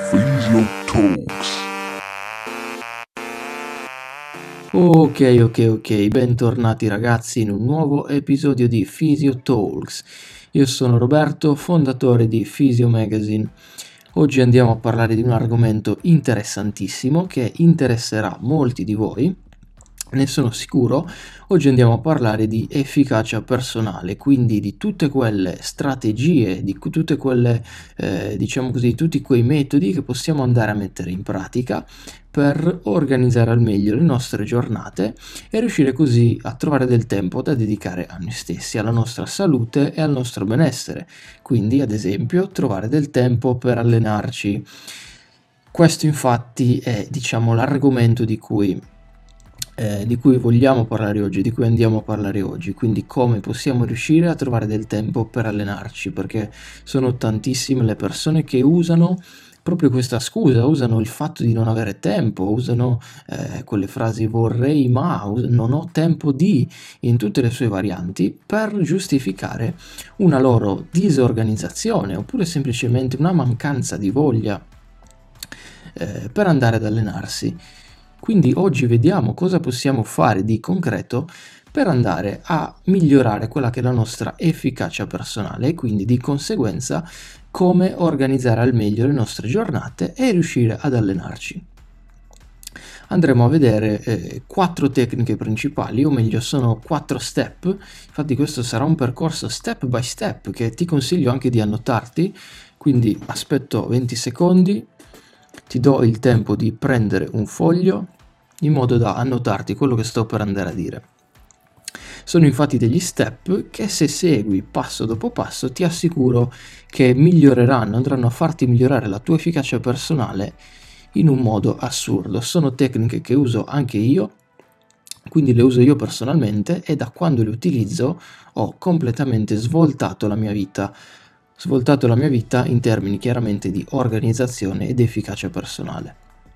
Physio Talks. Ok, bentornati ragazzi in un nuovo episodio di Physio Talks. Io sono Roberto, fondatore di Physio Magazine. Oggi andiamo a parlare di un argomento interessantissimo che interesserà molti di voi, ne sono sicuro. Oggi andiamo a parlare di efficacia personale, quindi di tutte quelle strategie, di tutte quelle, diciamo così, tutti quei metodi che possiamo andare a mettere in pratica per organizzare al meglio le nostre giornate e riuscire così a trovare del tempo da dedicare a noi stessi, alla nostra salute e al nostro benessere. Quindi, ad esempio, trovare del tempo per allenarci. Questo infatti è, diciamo, l'argomento di cui vogliamo parlare oggi, di cui andiamo a parlare oggi, quindi come possiamo riuscire a trovare del tempo per allenarci, perché sono tantissime le persone che usano proprio questa scusa, usano il fatto di non avere tempo, usano quelle frasi vorrei ma, non ho tempo di, in tutte le sue varianti, per giustificare una loro disorganizzazione oppure semplicemente una mancanza di voglia per andare ad allenarsi. Quindi oggi vediamo cosa possiamo fare di concreto per andare a migliorare quella che è la nostra efficacia personale e quindi di conseguenza come organizzare al meglio le nostre giornate e riuscire ad allenarci. Andremo a vedere 4 tecniche principali, o meglio sono 4 step, infatti questo sarà un percorso step by step che ti consiglio anche di annotarti, quindi aspetto 20 secondi. Ti do il tempo di prendere un foglio in modo da annotarti quello che sto per andare a dire. Sono infatti degli step che se segui passo dopo passo ti assicuro che miglioreranno, andranno a farti migliorare la tua efficacia personale in un modo assurdo. Sono tecniche che uso anche io, quindi le uso io personalmente e da quando le utilizzo ho completamente svoltato la mia vita in termini chiaramente di organizzazione ed efficacia personale.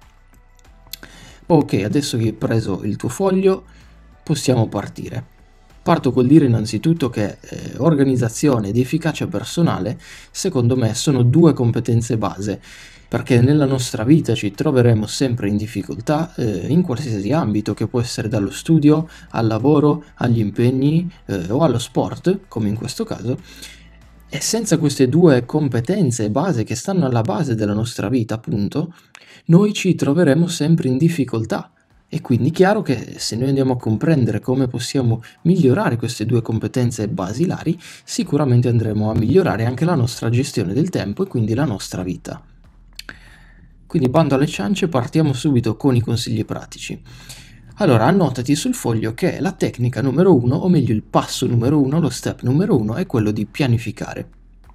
Ok, adesso che hai preso il tuo foglio possiamo partire. Parto col dire innanzitutto che organizzazione ed efficacia personale secondo me sono 2 competenze base, perché nella nostra vita ci troveremo sempre in difficoltà in qualsiasi ambito, che può essere dallo studio al lavoro, agli impegni o allo sport, come in questo caso. E senza queste 2 competenze base che stanno alla base della nostra vita, appunto, noi ci troveremo sempre in difficoltà. E quindi è chiaro che se noi andiamo a comprendere come possiamo migliorare queste 2 competenze basilari, sicuramente andremo a migliorare anche la nostra gestione del tempo e quindi la nostra vita. Quindi bando alle ciance, partiamo subito con i consigli pratici. Allora, annotati sul foglio che la tecnica numero 1, o meglio il passo numero 1, lo step numero 1, è quello di pianificare.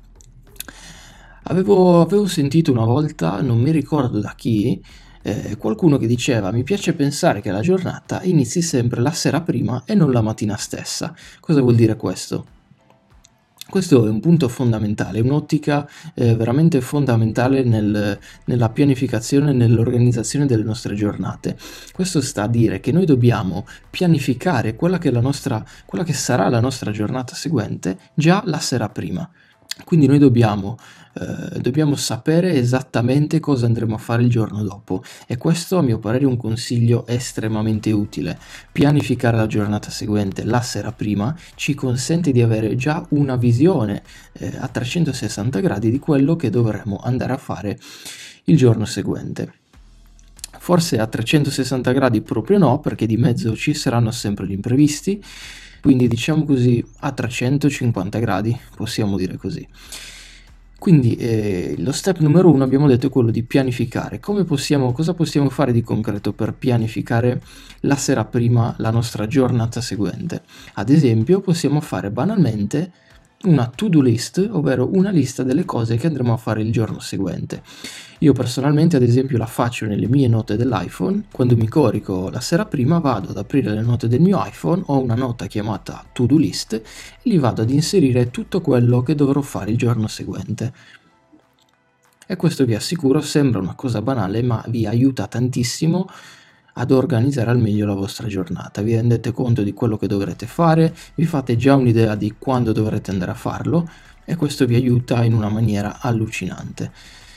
Avevo sentito una volta, non mi ricordo da chi, qualcuno che diceva: mi piace pensare che la giornata inizi sempre la sera prima e non la mattina stessa. Cosa vuol dire questo? Questo è un punto fondamentale, un'ottica veramente fondamentale nella pianificazione e nell'organizzazione delle nostre giornate. Questo sta a dire che noi dobbiamo pianificare quella che sarà la nostra giornata seguente già la sera prima. Quindi noi dobbiamo sapere esattamente cosa andremo a fare il giorno dopo, e questo a mio parere è un consiglio estremamente utile. Pianificare la giornata seguente la sera prima ci consente di avere già una visione a 360 gradi di quello che dovremo andare a fare il giorno seguente. Forse a 360 gradi proprio no, perché di mezzo ci saranno sempre gli imprevisti, quindi diciamo così a 350 gradi, possiamo dire così. Quindi lo step numero 1 abbiamo detto è quello di pianificare. Cosa possiamo fare di concreto per pianificare la sera prima la nostra giornata seguente? Ad esempio possiamo fare banalmente una to-do list, ovvero una lista delle cose che andremo a fare il giorno seguente. Io personalmente ad esempio la faccio nelle mie note dell'iPhone. Quando mi corico la sera prima vado ad aprire le note del mio iPhone, ho una nota chiamata to-do list e lì vado ad inserire tutto quello che dovrò fare il giorno seguente. E questo, vi assicuro, sembra una cosa banale, ma vi aiuta tantissimo ad organizzare al meglio la vostra giornata. Vi rendete conto di quello che dovrete fare, vi fate già un'idea di quando dovrete andare a farlo e questo vi aiuta in una maniera allucinante.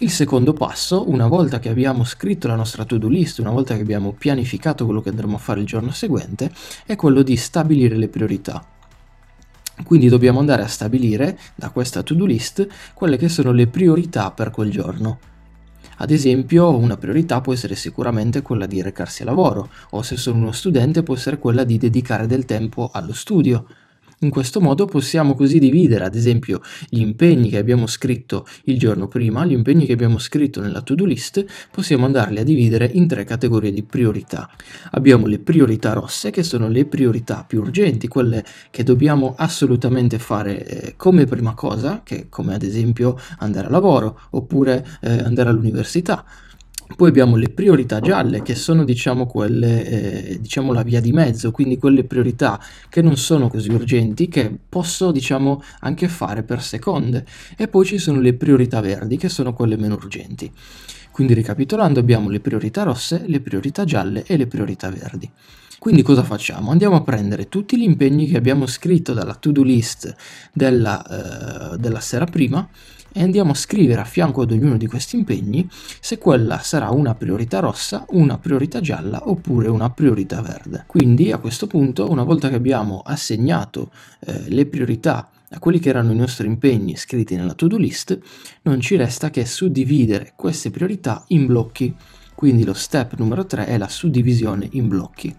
Il secondo passo, una volta che abbiamo scritto la nostra to-do list, una volta che abbiamo pianificato quello che andremo a fare il giorno seguente, è quello di stabilire le priorità. Quindi dobbiamo andare a stabilire da questa to-do list quelle che sono le priorità per quel giorno. Ad esempio, una priorità può essere sicuramente quella di recarsi a lavoro, o se sono uno studente può essere quella di dedicare del tempo allo studio. In questo modo possiamo così dividere, ad esempio, gli impegni che abbiamo scritto il giorno prima, gli impegni che abbiamo scritto nella to-do list, possiamo andarli a dividere in 3 categorie di priorità. Abbiamo le priorità rosse, che sono le priorità più urgenti, quelle che dobbiamo assolutamente fare come prima cosa, che come ad esempio andare a lavoro oppure andare all'università. Poi abbiamo le priorità gialle, che sono quelle, la via di mezzo, quindi quelle priorità che non sono così urgenti, che posso anche fare per seconde. E poi ci sono le priorità verdi, che sono quelle meno urgenti. Quindi ricapitolando, abbiamo le priorità rosse, le priorità gialle e le priorità verdi. Quindi cosa facciamo? Andiamo a prendere tutti gli impegni che abbiamo scritto dalla to-do list della sera prima e andiamo a scrivere a fianco ad ognuno di questi impegni se quella sarà una priorità rossa, una priorità gialla oppure una priorità verde. Quindi a questo punto, una volta che abbiamo assegnato le priorità a quelli che erano i nostri impegni scritti nella to-do list, non ci resta che suddividere queste priorità in blocchi. Quindi lo step numero 3 è la suddivisione in blocchi.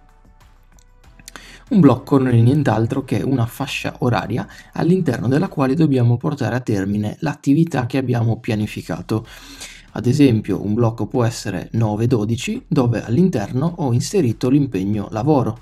Un blocco non è nient'altro che una fascia oraria all'interno della quale dobbiamo portare a termine l'attività che abbiamo pianificato. Ad esempio, un blocco può essere 9-12, dove all'interno ho inserito l'impegno lavoro.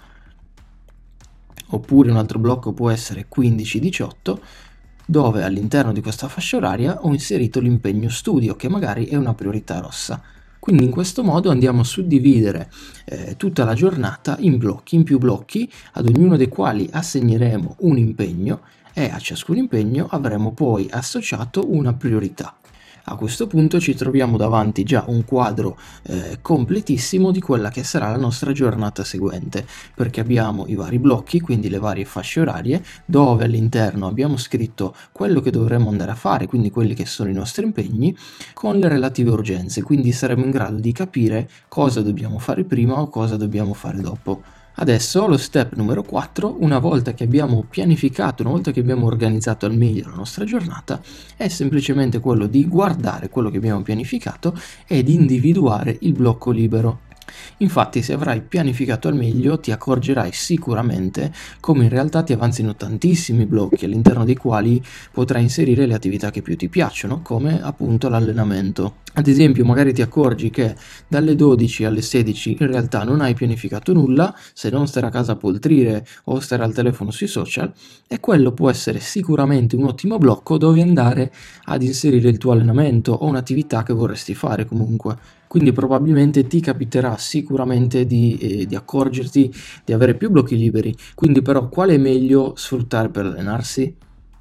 Oppure un altro blocco può essere 15-18, dove all'interno di questa fascia oraria ho inserito l'impegno studio, che magari è una priorità rossa. Quindi in questo modo andiamo a suddividere tutta la giornata in blocchi, in più blocchi, ad ognuno dei quali assegneremo un impegno e a ciascun impegno avremo poi associato una priorità. A questo punto ci troviamo davanti già un quadro completissimo di quella che sarà la nostra giornata seguente, perché abbiamo i vari blocchi, quindi le varie fasce orarie, dove all'interno abbiamo scritto quello che dovremo andare a fare, quindi quelli che sono i nostri impegni, con le relative urgenze, quindi saremo in grado di capire cosa dobbiamo fare prima o cosa dobbiamo fare dopo. Adesso lo step numero 4, una volta che abbiamo pianificato, una volta che abbiamo organizzato al meglio la nostra giornata, è semplicemente quello di guardare quello che abbiamo pianificato ed individuare il blocco libero. Infatti, se avrai pianificato al meglio, ti accorgerai sicuramente come in realtà ti avanzino tantissimi blocchi all'interno dei quali potrai inserire le attività che più ti piacciono, come appunto l'allenamento. Ad esempio, magari ti accorgi che dalle 12 alle 16 in realtà non hai pianificato nulla, se non stare a casa a poltrire o stare al telefono sui social, e quello può essere sicuramente un ottimo blocco dove andare ad inserire il tuo allenamento o un'attività che vorresti fare comunque. Quindi probabilmente ti capiterà sicuramente di accorgerti di avere più blocchi liberi. Quindi però quale è meglio sfruttare per allenarsi?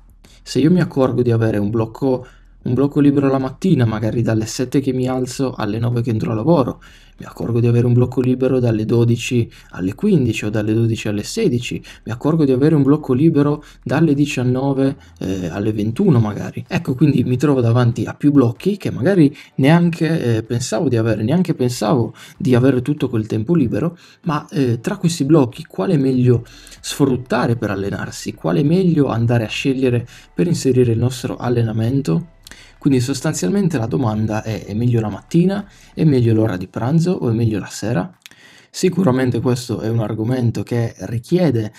Se io mi accorgo di avere un blocco libero la mattina, magari dalle 7 che mi alzo alle 9 che entro a lavoro, mi accorgo di avere un blocco libero dalle 12 alle 15 o dalle 12 alle 16, mi accorgo di avere un blocco libero dalle 19 alle 21 magari. Ecco, quindi mi trovo davanti a più blocchi che magari neanche pensavo di avere, neanche pensavo di avere tutto quel tempo libero, ma tra questi blocchi quale è meglio sfruttare per allenarsi, quale è meglio andare a scegliere per inserire il nostro allenamento? Quindi sostanzialmente la domanda è meglio la mattina, è meglio l'ora di pranzo o è meglio la sera? Sicuramente questo è un argomento che richiede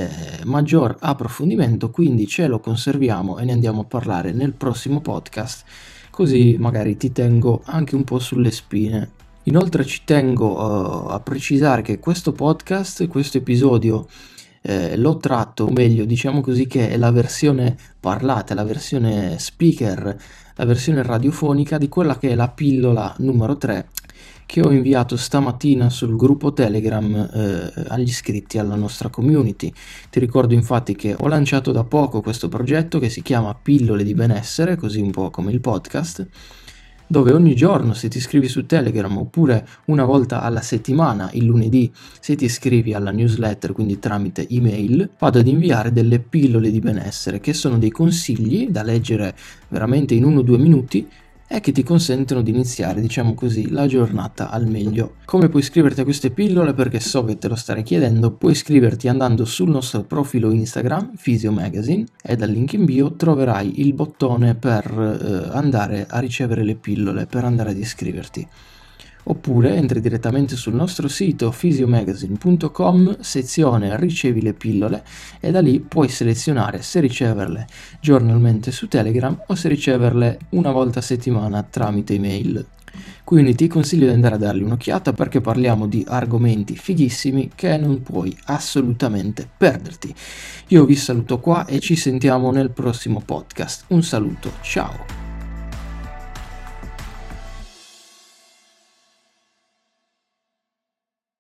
maggior approfondimento, quindi ce lo conserviamo e ne andiamo a parlare nel prossimo podcast, così magari ti tengo anche un po' sulle spine. Inoltre ci tengo a precisare che questo podcast, questo episodio, l'ho tratto, o meglio diciamo così, che è la versione parlata, la versione speaker, la versione radiofonica di quella che è la pillola numero 3 che ho inviato stamattina sul gruppo Telegram agli iscritti alla nostra community. Ti ricordo infatti che ho lanciato da poco questo progetto che si chiama Pillole di Benessere, così un po' come il podcast, dove ogni giorno, se ti iscrivi su Telegram, oppure una volta alla settimana, il lunedì, se ti iscrivi alla newsletter, quindi tramite email, vado ad inviare delle pillole di benessere, che sono dei consigli da leggere veramente in 1 o 2 minuti, e che ti consentono di iniziare, diciamo così, la giornata al meglio. Come puoi iscriverti a queste pillole? Perché so che te lo starei chiedendo. Puoi iscriverti andando sul nostro profilo Instagram, Physio Magazine, e dal link in bio troverai il bottone per andare a ricevere le pillole, per andare ad iscriverti. Oppure entri direttamente sul nostro sito physiomagazine.com, sezione ricevi le pillole, e da lì puoi selezionare se riceverle giornalmente su Telegram o se riceverle una volta a settimana tramite email. Quindi ti consiglio di andare a dargli un'occhiata, perché parliamo di argomenti fighissimi che non puoi assolutamente perderti. Io vi saluto qua e ci sentiamo nel prossimo podcast. Un saluto, ciao!